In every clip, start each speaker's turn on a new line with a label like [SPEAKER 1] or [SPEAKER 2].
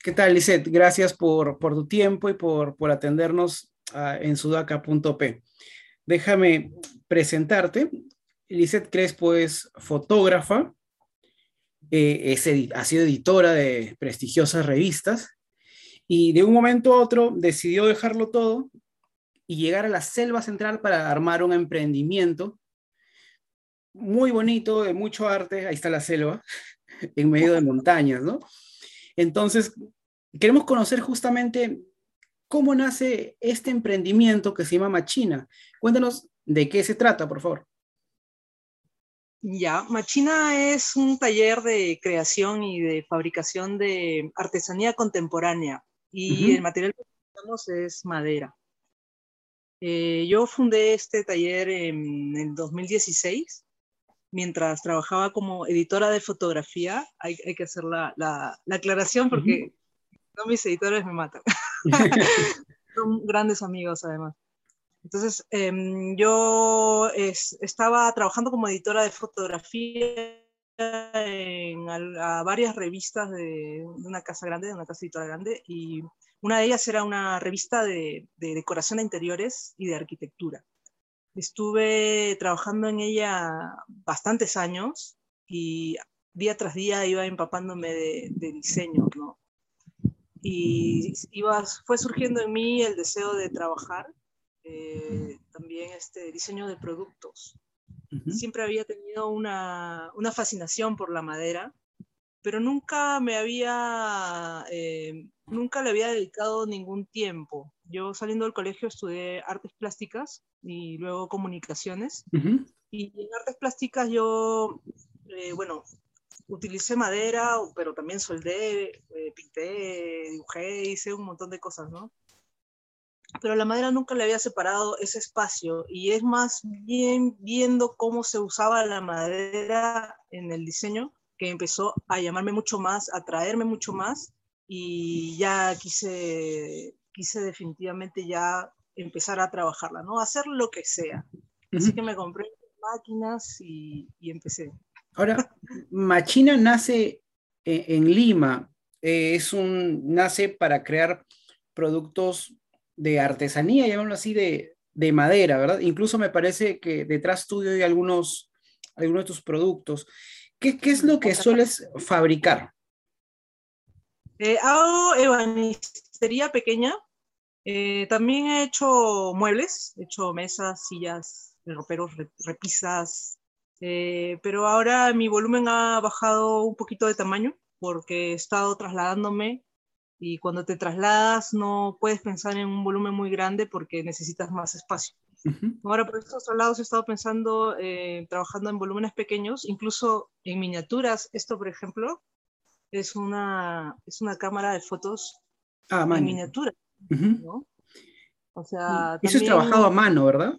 [SPEAKER 1] ¿Qué tal, Lisette? Gracias por tu tiempo y por atendernos en sudaca.p. Déjame presentarte. Lisette Crespo es fotógrafa, ha sido editora de prestigiosas revistas y de un momento a otro decidió dejarlo todo y llegar a la selva central para armar un emprendimiento muy bonito, de mucho arte. Ahí está la selva, en medio de montañas, ¿no? Entonces, queremos conocer justamente cómo nace este emprendimiento que se llama Machina. Cuéntanos de qué se trata, por favor.
[SPEAKER 2] Ya, Machina es un taller de creación y de fabricación de artesanía contemporánea y el
[SPEAKER 1] Ujú.
[SPEAKER 2] material que utilizamos es madera. Yo fundé este taller en el 2016 mientras trabajaba como editora de fotografía. Hay que hacer la aclaración
[SPEAKER 1] Ujú.
[SPEAKER 2] porque no, mis editores me matan. Son grandes amigos además. Entonces, yo estaba trabajando como editora de fotografía a varias revistas de una casa grande, de una casa editora grande, y una de ellas era una revista de decoración de interiores y de arquitectura. Estuve trabajando en ella bastantes años y día tras día iba empapándome de diseño, ¿no? Y fue surgiendo en mí el deseo de trabajar, también este diseño de productos.
[SPEAKER 1] Ujú.
[SPEAKER 2] Siempre había tenido una fascinación por la madera, pero nunca le había dedicado ningún tiempo. Yo saliendo del colegio estudié artes plásticas y luego comunicaciones.
[SPEAKER 1] Ujú.
[SPEAKER 2] Y en artes plásticas yo, bueno, utilicé madera, pero también soldé, pinté, dibujé, hice un montón de cosas, ¿no? Pero la madera nunca le había separado ese espacio y es más bien viendo cómo se usaba la madera en el diseño que empezó a llamarme mucho más, a atraerme mucho más y ya quise definitivamente ya empezar a trabajarla, ¿no? Hacer lo que sea. Así
[SPEAKER 1] Ujú.
[SPEAKER 2] que me compré máquinas y empecé.
[SPEAKER 1] Ahora, Machina nace en Lima. Nace para crear productos de artesanía, llamémoslo así, de madera, ¿verdad? Incluso me parece que detrás tuyo hay algunos de tus productos. ¿Qué es lo que sueles fabricar?
[SPEAKER 2] Hago ebanistería pequeña. También he hecho muebles, he hecho mesas, sillas, roperos, repisas, pero ahora mi volumen ha bajado un poquito de tamaño porque he estado trasladándome y cuando te trasladas no puedes pensar en un volumen muy grande porque necesitas más espacio.
[SPEAKER 1] Ujú.
[SPEAKER 2] Ahora por estos traslados he estado pensando, trabajando en volúmenes pequeños, incluso en miniaturas. Esto, por ejemplo, es una cámara de fotos
[SPEAKER 1] Ah,
[SPEAKER 2] en
[SPEAKER 1] mano.
[SPEAKER 2] miniatura,
[SPEAKER 1] Ujú.
[SPEAKER 2] ¿no? O
[SPEAKER 1] Y
[SPEAKER 2] sea,
[SPEAKER 1] eso es trabajado a
[SPEAKER 2] también
[SPEAKER 1] mano, ¿verdad?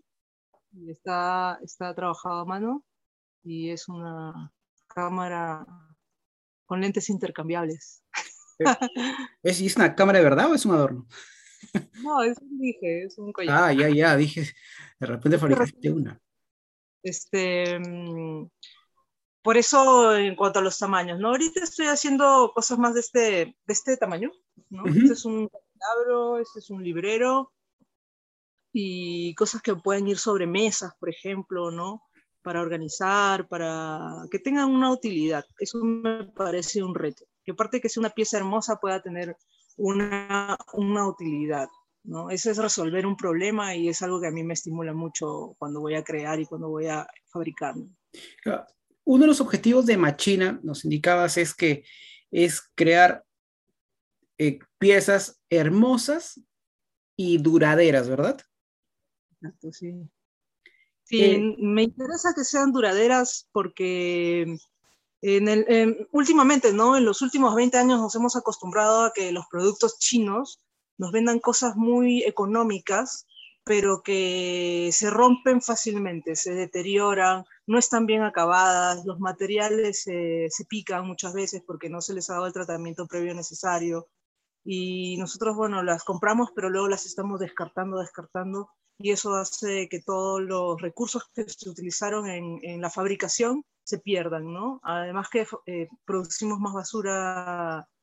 [SPEAKER 2] está trabajado a mano y es una cámara con lentes intercambiables.
[SPEAKER 1] Eh, ¿Es una cámara de verdad o es un adorno?
[SPEAKER 2] No, es un dije, es un collar.
[SPEAKER 1] Ah, ya, ya, dije, de repente
[SPEAKER 2] Es que
[SPEAKER 1] fabricaste una.
[SPEAKER 2] este, mm, por eso en cuanto a los tamaños, ¿no? Ahorita estoy haciendo cosas más de este tamaño, ¿no? Este
[SPEAKER 1] Ujú.
[SPEAKER 2] es un candelabro, este es un librero, y cosas que pueden ir sobre mesas, por ejemplo, ¿no? Para organizar, para que tengan una utilidad. Eso me parece un reto. Que aparte de que sea una pieza hermosa pueda tener una utilidad, ¿no? Eso es resolver un problema y es algo que a mí me estimula mucho cuando voy a crear y cuando voy a fabricar, ¿no?
[SPEAKER 1] Ah, uno de los objetivos de Machina, nos indicabas, es crear piezas hermosas y duraderas, ¿verdad?
[SPEAKER 2] Exacto, sí. Sí,
[SPEAKER 1] Eh,
[SPEAKER 2] me interesa que sean duraderas porque últimamente, ¿no? En los últimos 20 años nos hemos acostumbrado a que los productos chinos nos vendan cosas muy económicas, pero que se rompen fácilmente, se deterioran, no están bien acabadas, los materiales se pican muchas veces porque no se les ha dado el tratamiento previo necesario. Y nosotros, bueno, las compramos, pero luego las estamos descartando, y eso hace que todos los recursos que se utilizaron en la fabricación se pierdan, ¿no? Además que producimos más basura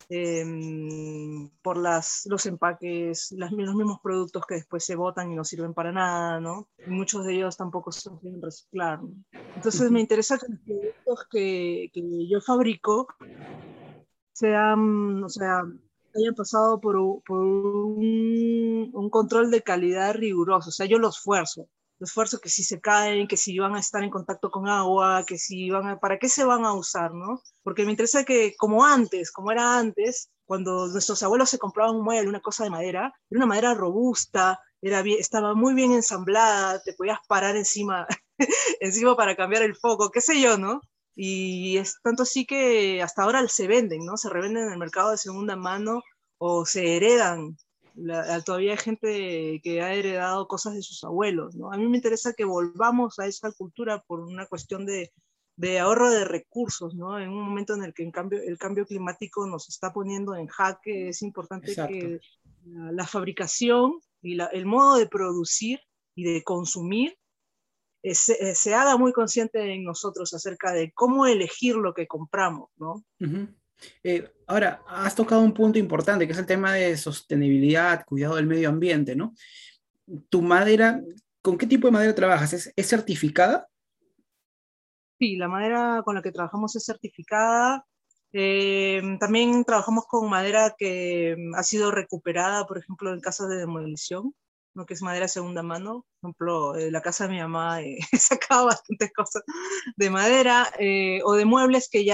[SPEAKER 2] por los empaques, los mismos productos que después se botan y no sirven para nada, ¿no? Y muchos de ellos tampoco se pueden reciclar, ¿no? Entonces me interesa que los productos que yo fabrico sean, o sea, hayan pasado por un control de calidad riguroso. O sea, yo los esfuerzo que si se caen, que si van a estar en contacto con agua, que si ¿para qué se van a usar, no? Porque me interesa que, como era antes, cuando nuestros abuelos se compraban un mueble, una cosa de madera, era una madera robusta, estaba muy bien ensamblada, te podías parar encima, encima para cambiar el foco, qué sé yo, ¿no? Y es tanto así que hasta ahora se venden, ¿no? Se revenden en el mercado de segunda mano o se heredan. Todavía hay gente que ha heredado cosas de sus abuelos, ¿no? A mí me interesa que volvamos a esa cultura por una cuestión de ahorro de recursos, ¿no? En un momento en el que el cambio climático nos está poniendo en jaque, es importante
[SPEAKER 1] Exacto.
[SPEAKER 2] que la fabricación y el modo de producir y de consumir se haga muy consciente en nosotros acerca de cómo elegir lo que compramos, ¿no?
[SPEAKER 1] Ujú. Ahora, has tocado un punto importante, que es el tema de sostenibilidad, cuidado del medio ambiente, ¿no? ¿Tu madera, con qué tipo de madera trabajas? ¿Es certificada?
[SPEAKER 2] Sí, la madera con la que trabajamos es certificada. También trabajamos con madera que ha sido recuperada, por ejemplo, en casas de demolición, ¿no? Que es madera segunda mano. Por ejemplo, la casa de mi mamá sacaba bastantes cosas de madera o de muebles que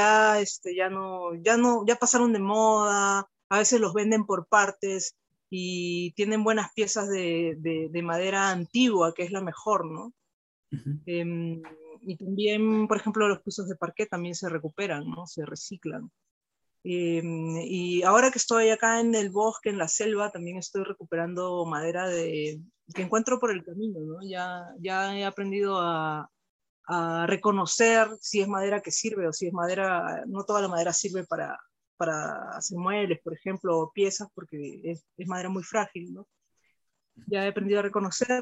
[SPEAKER 2] ya pasaron de moda. A veces los venden por partes y tienen buenas piezas de madera antigua, que es la mejor, ¿no?
[SPEAKER 1] Ujú.
[SPEAKER 2] Y también, por ejemplo, los pisos de parqué también se recuperan, ¿no? Se reciclan. Y ahora que estoy acá en el bosque, en la selva, también estoy recuperando madera que encuentro por el camino, ¿no? Ya he aprendido a reconocer si es madera que sirve o si es madera, no toda la madera sirve para hacer muebles, por ejemplo, o piezas, porque es madera muy frágil, ¿no? Ya he aprendido a reconocer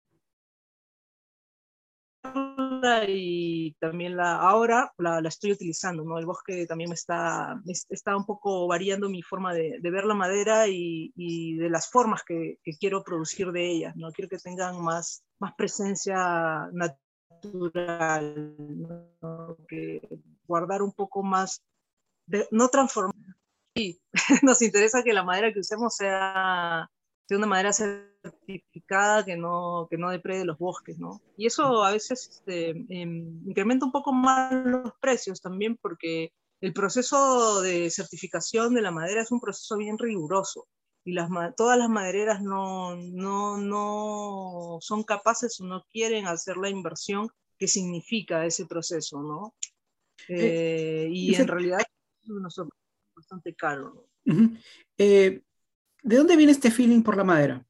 [SPEAKER 2] y también ahora la estoy utilizando, ¿no? El bosque también está un poco variando mi forma de ver la madera y de las formas que quiero producir de ellas, ¿no? Quiero que tengan más presencia natural, ¿no? Que guardar un poco más, no transformar. Nos interesa que la madera que usemos sea una madera certificada que no deprede los bosques, ¿no? Y eso a veces incrementa un poco más los precios también porque el proceso de certificación de la madera es un proceso bien riguroso y todas las madereras no son capaces o no quieren hacer la inversión que significa ese proceso, ¿no?
[SPEAKER 1] Eh,
[SPEAKER 2] Y en
[SPEAKER 1] Lucet,
[SPEAKER 2] realidad es bastante caro, ¿no?
[SPEAKER 1] ujú. Eh, ¿De dónde viene este feeling por la madera?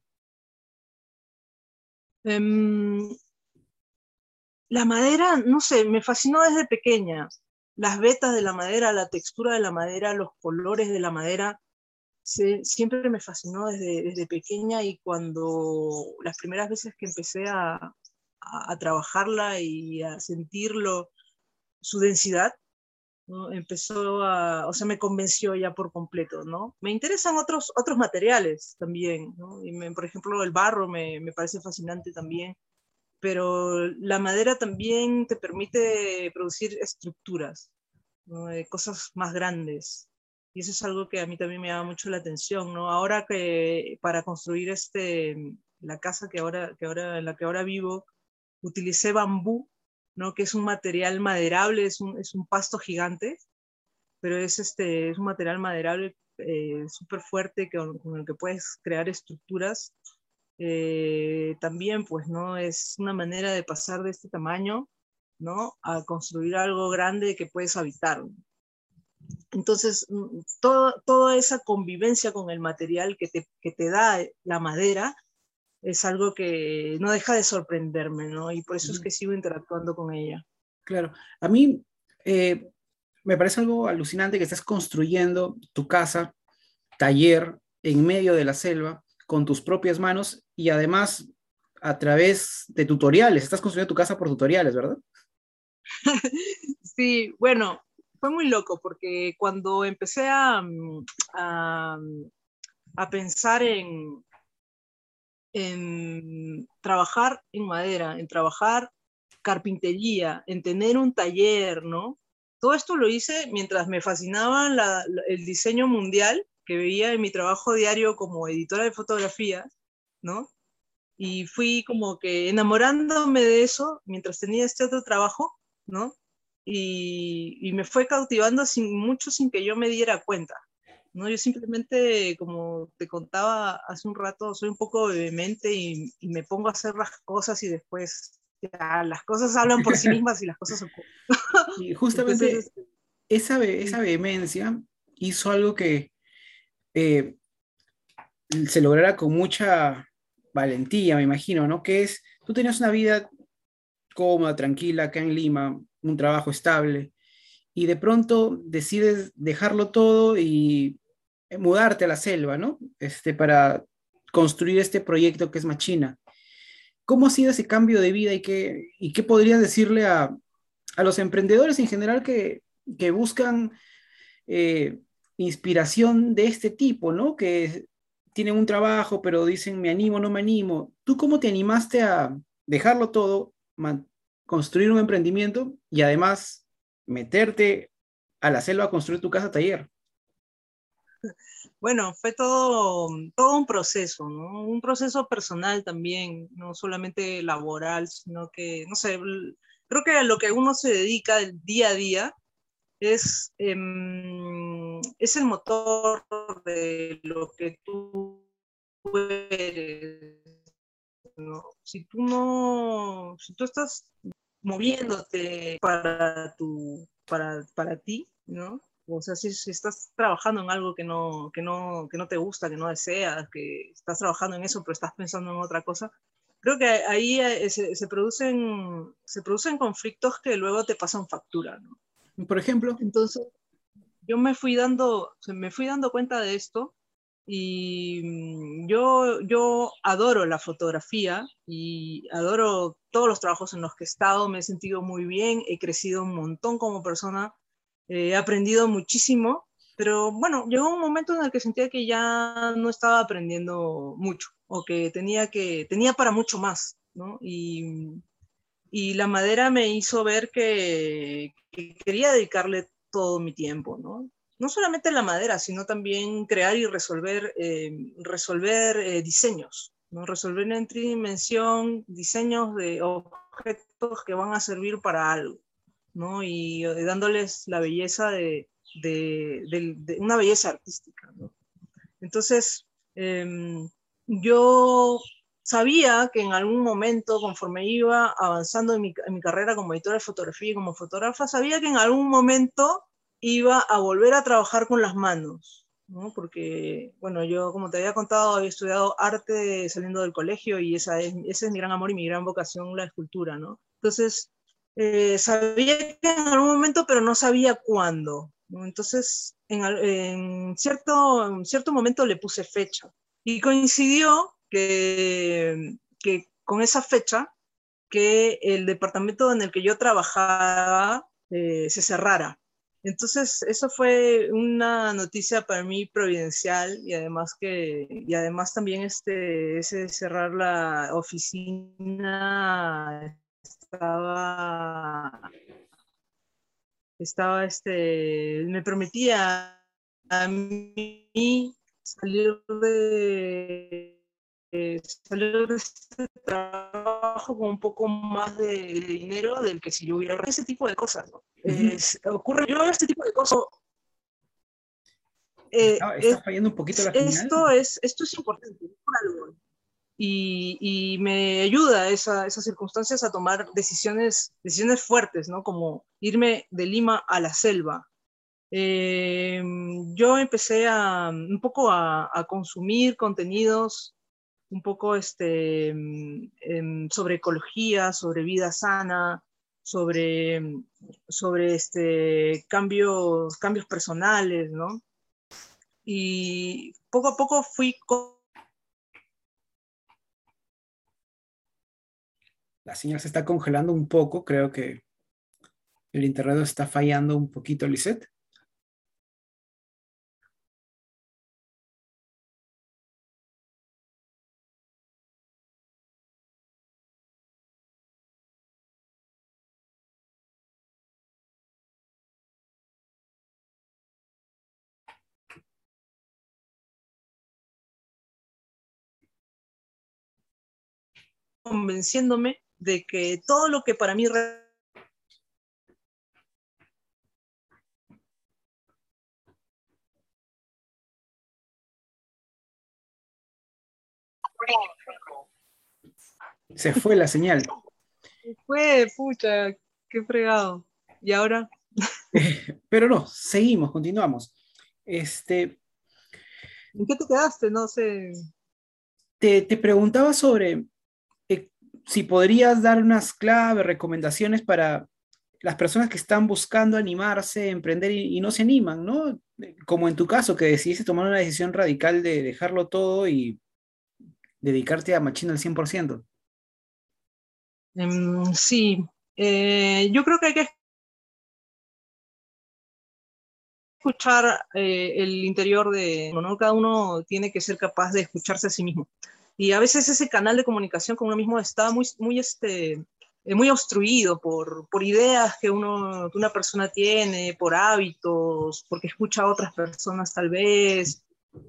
[SPEAKER 2] Um, la madera, no sé, me fascinó desde pequeña. Las vetas de la madera, la textura de la madera, los colores de la madera, siempre me fascinó desde pequeña y cuando las primeras veces que empecé a trabajarla y a sentirlo, su densidad, ¿no? O sea, me convenció ya por completo, ¿no? Me interesan otros materiales también, ¿no? Por ejemplo, el barro me parece fascinante también, pero la madera también te permite producir estructuras, ¿no? Cosas más grandes. Y eso es algo que a mí también me llama mucho la atención, ¿no? Ahora que para construir la casa en la que ahora vivo, utilicé bambú, ¿no? Que es un material maderable, es un pasto gigante, pero es un material maderable súper fuerte con el que puedes crear estructuras. También, pues, ¿no? Es una manera de pasar de este tamaño, ¿no? A construir algo grande que puedes habitar. Entonces, toda esa convivencia con el material que te da la madera es algo que no deja de sorprenderme, ¿no? Y por eso es
[SPEAKER 1] Ujú.
[SPEAKER 2] que sigo interactuando con ella.
[SPEAKER 1] Claro, a mí me parece algo alucinante que estés construyendo tu casa, taller, en medio de la selva, con tus propias manos y además a través de tutoriales. Estás construyendo tu casa por tutoriales, ¿verdad?
[SPEAKER 2] Sí, bueno, fue muy loco porque cuando empecé a, a pensar en trabajar en madera, en trabajar carpintería, en tener un taller, ¿no? Todo esto lo hice mientras me fascinaba el diseño mundial que veía en mi trabajo diario como editora de fotografía, ¿no? Y fui como que enamorándome de eso mientras tenía este otro trabajo, ¿no? Y me fue cautivando mucho sin que yo me diera cuenta, ¿no? Yo simplemente, como te contaba hace un rato, soy un poco vehemente y me pongo a hacer las cosas y después ya, las cosas hablan por sí mismas y las cosas ocurren.
[SPEAKER 1] Y
[SPEAKER 2] Entonces,
[SPEAKER 1] justamente esa
[SPEAKER 2] sí,
[SPEAKER 1] vehemencia hizo algo que eh, se lograra con mucha valentía, me imagino, ¿no? Que es, tú tenías una vida cómoda, tranquila, acá en Lima, un trabajo estable, y de pronto decides dejarlo todo y mudarte a la selva, ¿no? Para construir este proyecto que es Machina. ¿Cómo ha sido ese cambio de vida y qué podrías decirle a los emprendedores en general que buscan eh, inspiración de este tipo, ¿no? Que tienen un trabajo, pero dicen, me animo, no me animo. ¿Tú cómo te animaste a dejarlo todo, construir un emprendimiento y además meterte a la selva a construir tu casa taller?
[SPEAKER 2] bueno, fue todo un proceso, ¿no? Un proceso personal también, no solamente laboral, sino que, no sé, creo que a lo que uno se dedica el día a día es el motor de lo que tú eres, ¿no? Si tú estás moviéndote para ti, ¿no? O sea, si estás trabajando en algo que no te gusta, que no deseas, que estás trabajando en eso, pero estás pensando en otra cosa, creo que ahí se producen conflictos que luego te pasan factura, ¿no?
[SPEAKER 1] Por ejemplo,
[SPEAKER 2] Entonces, me fui dando cuenta de esto y yo adoro la fotografía y adoro todos los trabajos en los que he estado, me he sentido muy bien, he crecido un montón como persona, he aprendido muchísimo, pero bueno, llegó un momento en el que sentía que ya no estaba aprendiendo mucho o que tenía para mucho más, ¿no? Y la madera me hizo ver que quería dedicarle todo mi tiempo, ¿no? No solamente la madera, sino también crear y resolver diseños, ¿no? Resolver en tridimensión diseños de objetos que van a servir para algo, ¿no? Y dándoles la belleza de una belleza artística, ¿no? Entonces, yo sabía que en algún momento, conforme iba avanzando en mi carrera como editora de fotografía y como fotógrafa, sabía que en algún momento iba a volver a trabajar con las manos, ¿no? Porque, bueno, yo, como te había contado, había estudiado arte saliendo del colegio y ese es mi gran amor y mi gran vocación, la escultura, ¿no? Entonces, sabía que en algún momento, pero no sabía cuándo, ¿no? Entonces, en cierto momento le puse fecha y coincidió que con esa fecha que el departamento en el que yo trabajaba se cerrara. Entonces, eso fue una noticia para mí providencial y además también ese cerrar la oficina estaba, me prometía a mí salir salir de este trabajo con un poco más de dinero del que si yo hubiera ese tipo de cosas, ¿no? Ocurre, yo este tipo de cosas,
[SPEAKER 1] está fallando un poquito la señal.
[SPEAKER 2] esto es importante, es por algo. Y me ayuda esas circunstancias a tomar decisiones fuertes, ¿no? Como irme de Lima a la selva. Eh, yo empecé un poco a consumir contenidos un poco sobre ecología, sobre vida sana, sobre cambios personales, ¿no? Y poco a poco
[SPEAKER 1] La señal se está congelando un poco, creo que El internet está fallando un poquito, Lisette.
[SPEAKER 2] Convenciéndome de que todo lo que para mí
[SPEAKER 1] Se fue la señal.
[SPEAKER 2] fue, pucha, qué fregado. Y ahora,
[SPEAKER 1] Pero no, seguimos, continuamos. Este,
[SPEAKER 2] ¿en qué te quedaste? No sé.
[SPEAKER 1] te preguntaba sobre eh, si podrías dar unas claves, recomendaciones para las personas que están buscando animarse, emprender y no se animan, ¿no? Como en tu caso, que decidiste tomar una decisión radical de dejarlo todo y dedicarte a Machina al 100%.
[SPEAKER 2] Sí, yo creo que hay que escuchar el interior de uno, ¿no? Cada uno tiene que ser capaz de escucharse a sí mismo. Y a veces ese canal de comunicación con uno mismo está muy obstruido por ideas que una persona tiene, por hábitos, porque escucha a otras personas tal vez,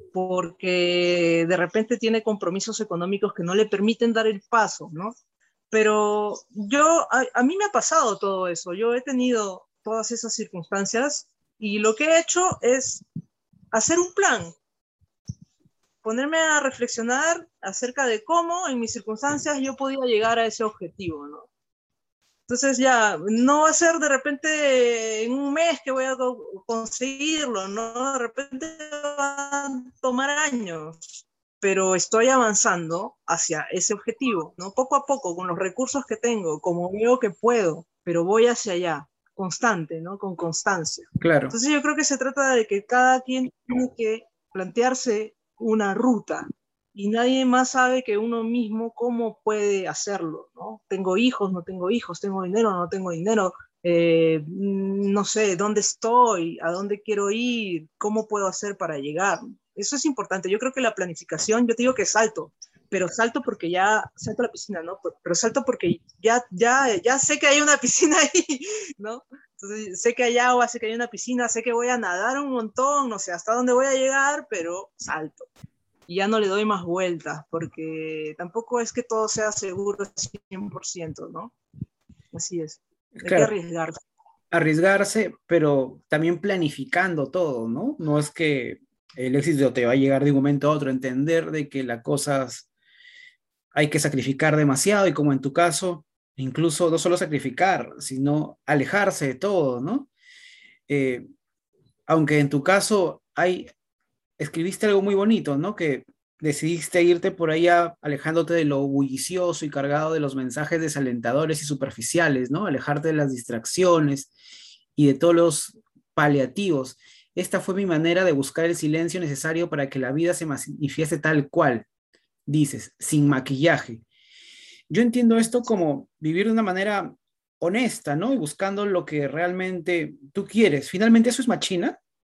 [SPEAKER 2] porque de repente tiene compromisos económicos que no le permiten dar el paso, ¿no? Pero a mí me ha pasado todo eso, yo he tenido todas esas circunstancias y lo que he hecho es hacer un plan, ponerme a reflexionar acerca de cómo en mis circunstancias yo podía llegar a ese objetivo, ¿no? Entonces ya, no va a ser de repente en un mes que voy a conseguirlo, ¿no? De repente va a tomar años, pero estoy avanzando hacia ese objetivo, ¿no? Poco a poco, con los recursos que tengo, como veo que puedo, pero voy hacia allá, constante, ¿no? Con constancia.
[SPEAKER 1] Claro,
[SPEAKER 2] Entonces yo creo que se trata de que cada quien tiene que plantearse una ruta, y nadie más sabe que uno mismo cómo puede hacerlo, ¿no? Tengo hijos, no tengo hijos, tengo dinero, no tengo dinero, no sé dónde estoy, a dónde quiero ir, cómo puedo hacer para llegar. Eso es importante. Yo creo que la planificación, yo te digo que salto, pero salto porque ya salto a la piscina, ¿no? Pero salto porque ya sé que hay una piscina ahí, ¿no? Entonces, sé que hay agua, sé que hay una piscina, sé que voy a nadar un montón, no sé hasta dónde voy a llegar, pero salto y ya no le doy más vueltas, porque tampoco es que todo sea seguro 100%, ¿no? Así es, hay que
[SPEAKER 1] claro,
[SPEAKER 2] arriesgarse.
[SPEAKER 1] arriesgarse, pero también planificando todo, ¿no? No es que el éxito te va a llegar de un momento a otro, entender de que las cosas hay que sacrificar demasiado y como en tu caso, incluso no solo sacrificar, sino alejarse de todo, ¿no? Eh, aunque en tu caso escribiste algo muy bonito, ¿no? Que decidiste irte por allá alejándote de lo bullicioso y cargado de los mensajes desalentadores y superficiales, ¿no? Alejarte de las distracciones y de todos los paliativos. Esta fue mi manera de buscar el silencio necesario para que la vida se manifieste tal cual, dices, sin maquillaje. Yo entiendo esto como vivir de una manera honesta, ¿no? Y buscando lo que realmente tú quieres. Finalmente, eso es machina.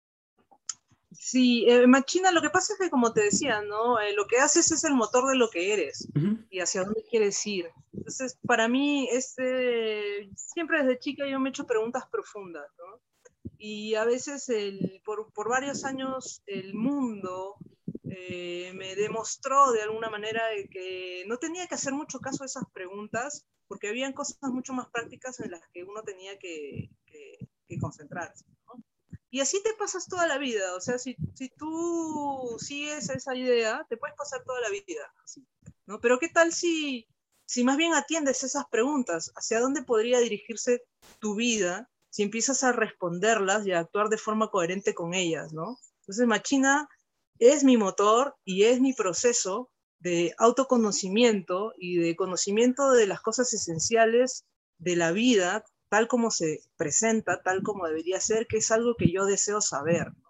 [SPEAKER 2] Sí, Machina, lo que pasa es que como te decía, ¿no? Lo que haces es el motor de lo que eres
[SPEAKER 1] Ujú.
[SPEAKER 2] y hacia dónde quieres ir. Entonces, para mí, siempre desde chica yo me he hecho preguntas profundas, ¿no? Y a veces por varios años el mundo me demostró de alguna manera que no tenía que hacer mucho caso a esas preguntas porque habían cosas mucho más prácticas en las que uno tenía que concentrarse, ¿no? Y así te pasas toda la vida, o sea, si tú sigues esa idea, te puedes pasar toda la vida, así, ¿no? Pero ¿qué tal si más bien atiendes esas preguntas? ¿Hacia dónde podría dirigirse tu vida si empiezas a responderlas y a actuar de forma coherente con ellas, ¿no? Entonces, Machina es mi motor y es mi proceso de autoconocimiento y de conocimiento de las cosas esenciales de la vida, tal como se presenta, tal como debería ser, que es algo que yo deseo saber, ¿no?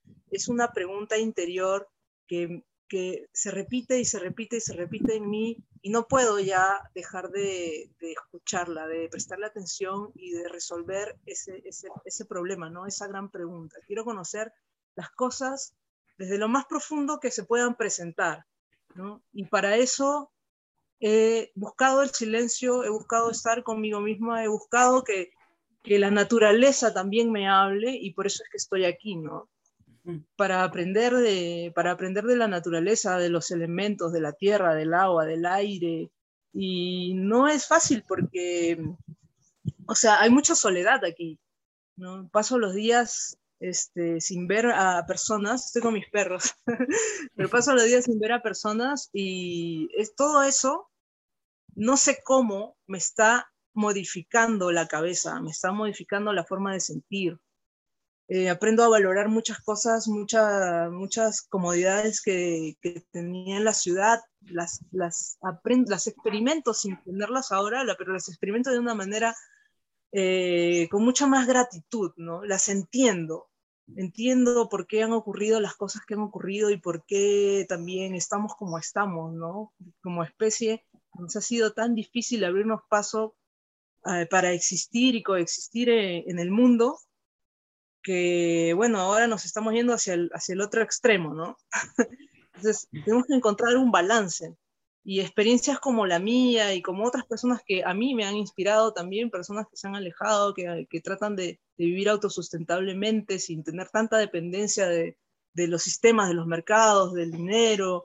[SPEAKER 2] Es una pregunta interior que se repite y se repite y se repite en mí y no puedo ya dejar de escucharla, de prestarle atención y de resolver ese problema, ¿no? Esa gran pregunta. Quiero conocer las cosas desde lo más profundo que se puedan presentar, ¿no? Y para eso he buscado el silencio, he buscado estar conmigo misma, he buscado que la naturaleza también me hable, y por eso es que estoy aquí, ¿no? Para aprender de la naturaleza, de los elementos, de la tierra, del agua, del aire. Y no es fácil porque, o sea, hay mucha soledad aquí, ¿no? Paso los días sin ver a personas, estoy con mis perros, pero paso los días sin ver a personas, y todo eso, no sé cómo me está modificando la cabeza, me está modificando la forma de sentir. Aprendo a valorar muchas cosas, muchas comodidades que tenía en la ciudad, las experimento sin tenerlas ahora, pero las experimento de una manera con mucha más gratitud, ¿no? Las entiendo por qué han ocurrido las cosas que han ocurrido y por qué también estamos como estamos, ¿no? Como especie, nos ha sido tan difícil abrirnos paso para existir y coexistir en el mundo, que, bueno, ahora nos estamos yendo hacia el otro extremo, ¿no? Entonces, tenemos que encontrar un balance. Y experiencias como la mía y como otras personas que a mí me han inspirado también, personas que se han alejado, que tratan de vivir autosustentablemente sin tener tanta dependencia de los sistemas, de los mercados, del dinero,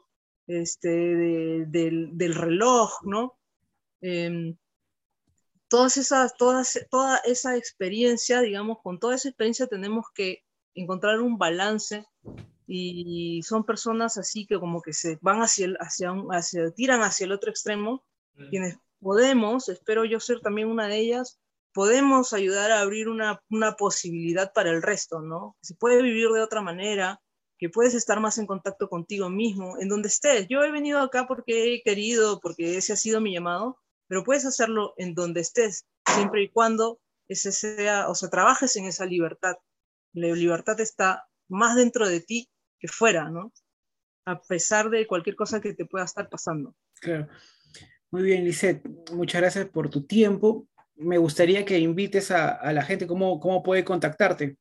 [SPEAKER 2] del reloj, ¿no? Toda esa experiencia, digamos, con toda esa experiencia tenemos que encontrar un balance, y son personas así que como que se van tiran hacia el otro extremo, quienes podemos, espero yo ser también una de ellas, podemos ayudar a abrir una posibilidad para el resto, ¿no? Se puede vivir de otra manera, que puedes estar más en contacto contigo mismo, en donde estés. Yo he venido acá porque he querido, porque ese ha sido mi llamado, pero puedes hacerlo en donde estés, siempre y cuando ese sea, o sea, trabajes en esa libertad. La libertad está más dentro de ti que fuera, ¿no? A pesar de cualquier cosa que te pueda estar pasando.
[SPEAKER 1] Claro. Muy bien, Lisette, muchas gracias por tu tiempo. Me gustaría que invites a la gente cómo puede contactarte.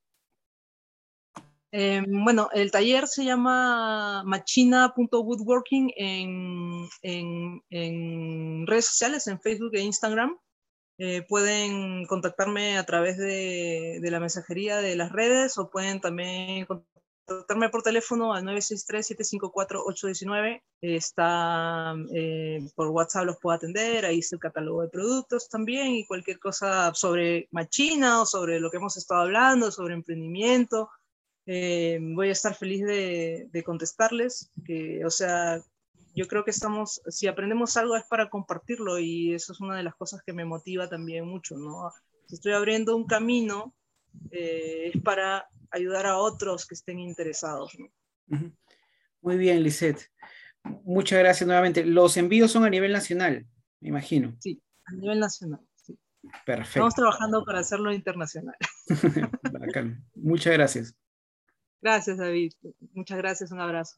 [SPEAKER 2] Bueno, el taller se llama machina.woodworking en redes sociales, en Facebook e Instagram. Pueden contactarme a través de la mensajería de las redes, o pueden también contactarme por teléfono al 963-754-819. Está por WhatsApp, los puedo atender, ahí está el catálogo de productos también, y cualquier cosa sobre Machina o sobre lo que hemos estado hablando, sobre emprendimiento. Voy a estar feliz de contestarles, o sea, yo creo que si aprendemos algo es para compartirlo, y eso es una de las cosas que me motiva también mucho, ¿no? Si estoy abriendo un camino, es para ayudar a otros que estén interesados, ¿no?
[SPEAKER 1] Muy bien, Lisette. Muchas gracias nuevamente. Los envíos son a nivel nacional, me imagino.
[SPEAKER 2] Sí, a nivel nacional. Sí. Estamos
[SPEAKER 1] Perfecto.
[SPEAKER 2] trabajando para hacerlo internacional.
[SPEAKER 1] Bacán. Muchas gracias.
[SPEAKER 2] Gracias, David. Muchas gracias, un abrazo.